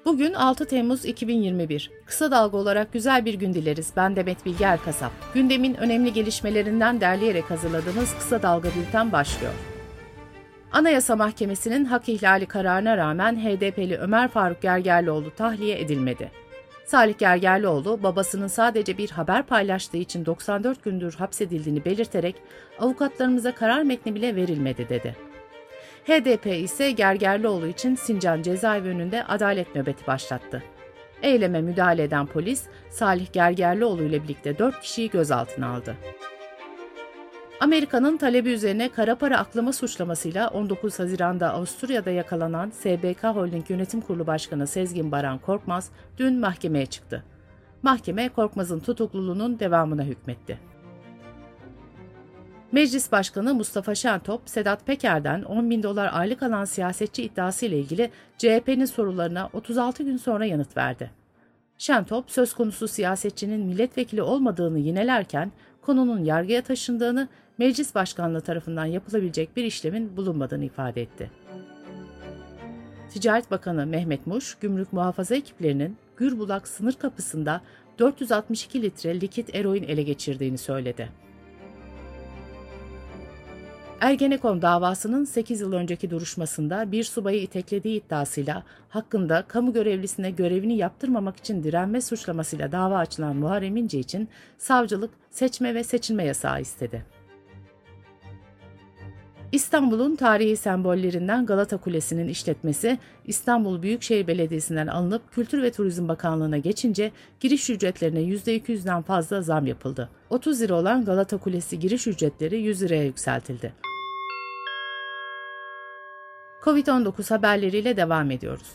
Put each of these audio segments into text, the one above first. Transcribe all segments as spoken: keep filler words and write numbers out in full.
Bugün altı Temmuz iki bin yirmi bir. Kısa Dalga olarak güzel bir gün dileriz. Ben Demet Bilge Erkasap. Gündemin önemli gelişmelerinden derleyerek hazırladığımız Kısa Dalga Bülten başlıyor. Anayasa Mahkemesi'nin hak ihlali kararına rağmen H D P'li Ömer Faruk Gergerlioğlu tahliye edilmedi. Salih Gergerlioğlu, babasının sadece bir haber paylaştığı için doksan dört gündür hapsedildiğini belirterek avukatlarımıza karar metni bile verilmedi dedi. H D P ise Gergerlioğlu için Sincan cezaevi önünde adalet nöbeti başlattı. Eyleme müdahale eden polis, Salih Gergerlioğlu ile birlikte dört kişiyi gözaltına aldı. Amerika'nın talebi üzerine kara para aklama suçlamasıyla on dokuz Haziran'da Avusturya'da yakalanan S B K Holding Yönetim Kurulu Başkanı Sezgin Baran Korkmaz dün mahkemeye çıktı. Mahkeme Korkmaz'ın tutukluluğunun devamına hükmetti. Meclis Başkanı Mustafa Şentop, Sedat Peker'den on bin dolar aylık alan siyasetçi iddiası ile ilgili C H P'nin sorularına otuz altı gün sonra yanıt verdi. Şentop, söz konusu siyasetçinin milletvekili olmadığını yinelerken, konunun yargıya taşındığını, Meclis Başkanlığı tarafından yapılabilecek bir işlemin bulunmadığını ifade etti. Ticaret Bakanı Mehmet Muş, gümrük muhafaza ekiplerinin Gürbulak sınır kapısında dört yüz altmış iki litre likit eroin ele geçirdiğini söyledi. Ergenekon davasının sekiz yıl önceki duruşmasında bir subayı iteklediği iddiasıyla hakkında kamu görevlisine görevini yaptırmamak için direnme suçlamasıyla dava açılan Muharrem İnce için savcılık seçme ve seçilme yasağı istedi. İstanbul'un tarihi sembollerinden Galata Kulesi'nin işletmesi İstanbul Büyükşehir Belediyesi'nden alınıp Kültür ve Turizm Bakanlığı'na geçince giriş ücretlerine yüzde iki yüzden fazla zam yapıldı. otuz lira olan Galata Kulesi giriş ücretleri yüz liraya yükseltildi. kovid on dokuz haberleriyle devam ediyoruz.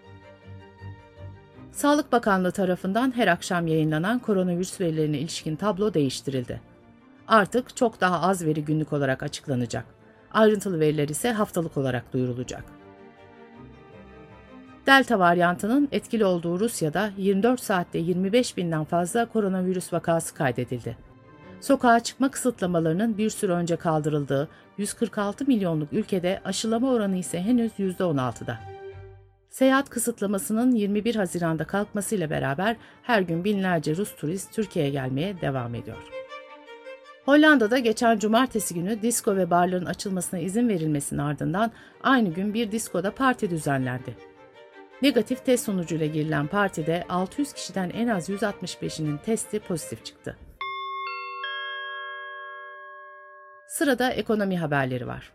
Sağlık Bakanlığı tarafından her akşam yayınlanan koronavirüs verilerine ilişkin tablo değiştirildi. Artık çok daha az veri günlük olarak açıklanacak. Ayrıntılı veriler ise haftalık olarak duyurulacak. Delta varyantının etkili olduğu Rusya'da yirmi dört saatte yirmi beş binden fazla koronavirüs vakası kaydedildi. Sokağa çıkma kısıtlamalarının bir süre önce kaldırıldığı yüz kırk altı milyonluk ülkede aşılama oranı ise henüz yüzde on altıda. Seyahat kısıtlamasının yirmi bir Haziran'da kalkmasıyla beraber her gün binlerce Rus turist Türkiye'ye gelmeye devam ediyor. Hollanda'da geçen cumartesi günü disko ve barların açılmasına izin verilmesinin ardından aynı gün bir diskoda parti düzenlendi. Negatif test sonucuyla girilen partide altı yüz kişiden en az yüz altmış beşinin testi pozitif çıktı. Sırada ekonomi haberleri var.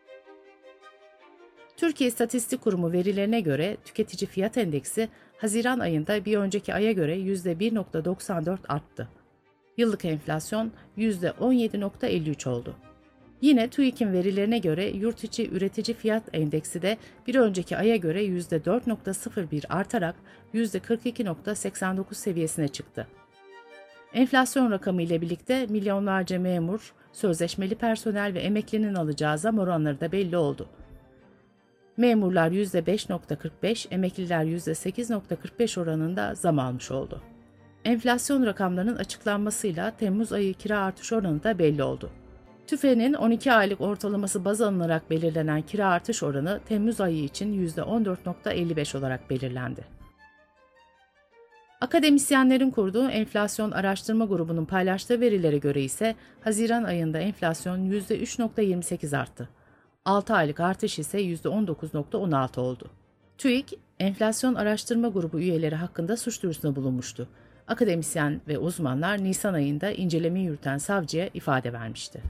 Türkiye İstatistik Kurumu verilerine göre tüketici fiyat endeksi Haziran ayında bir önceki aya göre yüzde bir virgül doksan dört arttı. Yıllık enflasyon yüzde on yedi virgül elli üç oldu. Yine TÜİK'in verilerine göre yurt içi üretici fiyat endeksi de bir önceki aya göre yüzde dört virgül sıfır bir artarak yüzde kırk iki virgül seksen dokuz seviyesine çıktı. Enflasyon rakamı ile birlikte milyonlarca memur, sözleşmeli personel ve emeklinin alacağı zam oranları da belli oldu. Memurlar yüzde beş virgül kırk beş, emekliler yüzde sekiz virgül kırk beş oranında zam almış oldu. Enflasyon rakamlarının açıklanmasıyla Temmuz ayı kira artış oranı da belli oldu. TÜFE'nin on iki aylık ortalaması baz alınarak belirlenen kira artış oranı Temmuz ayı için yüzde on dört virgül elli beş olarak belirlendi. Akademisyenlerin kurduğu enflasyon araştırma grubunun paylaştığı verilere göre ise Haziran ayında enflasyon yüzde üç virgül yirmi sekiz arttı. altı aylık artış ise yüzde on dokuz virgül on altı oldu. TÜİK, enflasyon araştırma grubu üyeleri hakkında suç duyurusunda bulunmuştu. Akademisyen ve uzmanlar Nisan ayında inceleme yürüten savcıya ifade vermişti.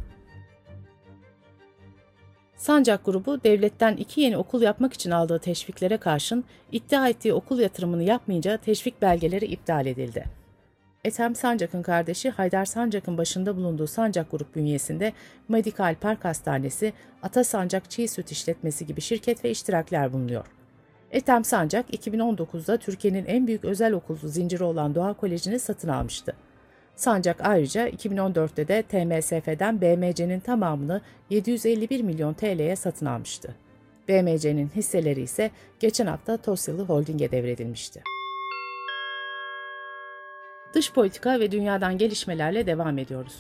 Sancak grubu, devletten iki yeni okul yapmak için aldığı teşviklere karşın iddia ettiği okul yatırımını yapmayınca teşvik belgeleri iptal edildi. Ethem Sancak'ın kardeşi Haydar Sancak'ın başında bulunduğu Sancak Grup bünyesinde Medikal Park Hastanesi, Ata Sancak Çiğ Süt İşletmesi gibi şirket ve iştirakler bulunuyor. Ethem Sancak, iki bin on dokuzda Türkiye'nin en büyük özel okul zinciri olan Doğa Koleji'ni satın almıştı. Sancak ayrıca iki bin on dörtte de T M S F'den B M C'nin tamamını yedi yüz elli bir milyon T L'ye satın almıştı. B M C'nin hisseleri ise geçen hafta Tosyalı Holding'e devredilmişti. Dış politika ve dünyadan gelişmelerle devam ediyoruz.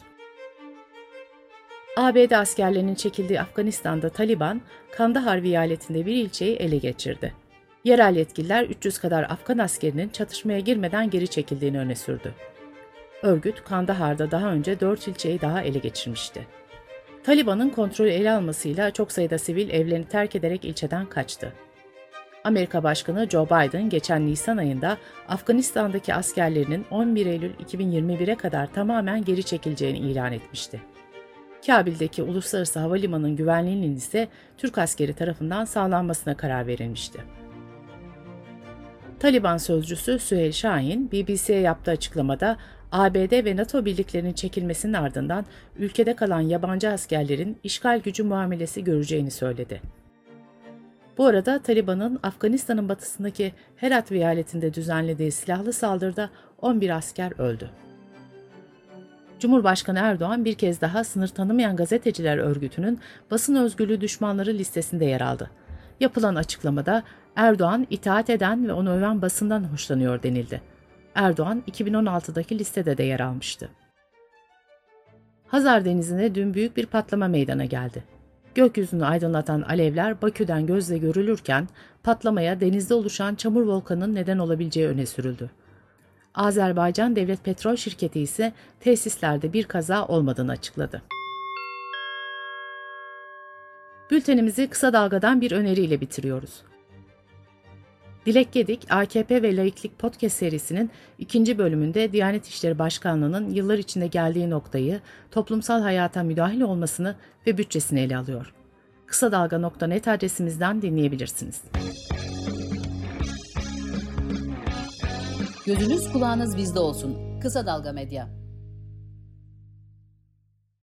A B D askerlerinin çekildiği Afganistan'da Taliban, Kandahar vilayetinde bir ilçeyi ele geçirdi. Yerel yetkililer üç yüz kadar Afgan askerinin çatışmaya girmeden geri çekildiğini öne sürdü. Örgüt, Kandahar'da daha önce dört ilçeyi daha ele geçirmişti. Taliban'ın kontrolü ele almasıyla çok sayıda sivil evlerini terk ederek ilçeden kaçtı. Amerika Başkanı Joe Biden geçen Nisan ayında Afganistan'daki askerlerinin on bir Eylül iki bin yirmi bire kadar tamamen geri çekileceğini ilan etmişti. Kabil'deki uluslararası havalimanının güvenliğinin ise Türk askeri tarafından sağlanmasına karar verilmişti. Taliban sözcüsü Süheyl Şahin, B B C'ye yaptığı açıklamada A B D ve NATO birliklerinin çekilmesinin ardından ülkede kalan yabancı askerlerin işgal gücü muamelesi göreceğini söyledi. Bu arada Taliban'ın Afganistan'ın batısındaki Herat vilayetinde düzenlediği silahlı saldırıda on bir asker öldü. Cumhurbaşkanı Erdoğan bir kez daha sınır tanımayan gazeteciler örgütünün basın özgürlüğü düşmanları listesinde yer aldı. Yapılan açıklamada Erdoğan itaat eden ve onu öven basından hoşlanıyor denildi. Erdoğan iki bin on altıdaki listede de yer almıştı. Hazar Denizi'nde dün büyük bir patlama meydana geldi. Gökyüzünü aydınlatan alevler Bakü'den gözle görülürken patlamaya denizde oluşan çamur volkanının neden olabileceği öne sürüldü. Azerbaycan Devlet Petrol Şirketi ise tesislerde bir kaza olmadığını açıkladı. Bültenimizi kısa dalgadan bir öneriyle bitiriyoruz. Dilek Gedik, A K P ve Laiklik Podcast serisinin ikinci bölümünde Diyanet İşleri Başkanlığı'nın yıllar içinde geldiği noktayı, toplumsal hayata müdahil olmasını ve bütçesini ele alıyor. kısadalga nokta net adresimizden dinleyebilirsiniz. Gözünüz kulağınız bizde olsun. Kısa Dalga Medya.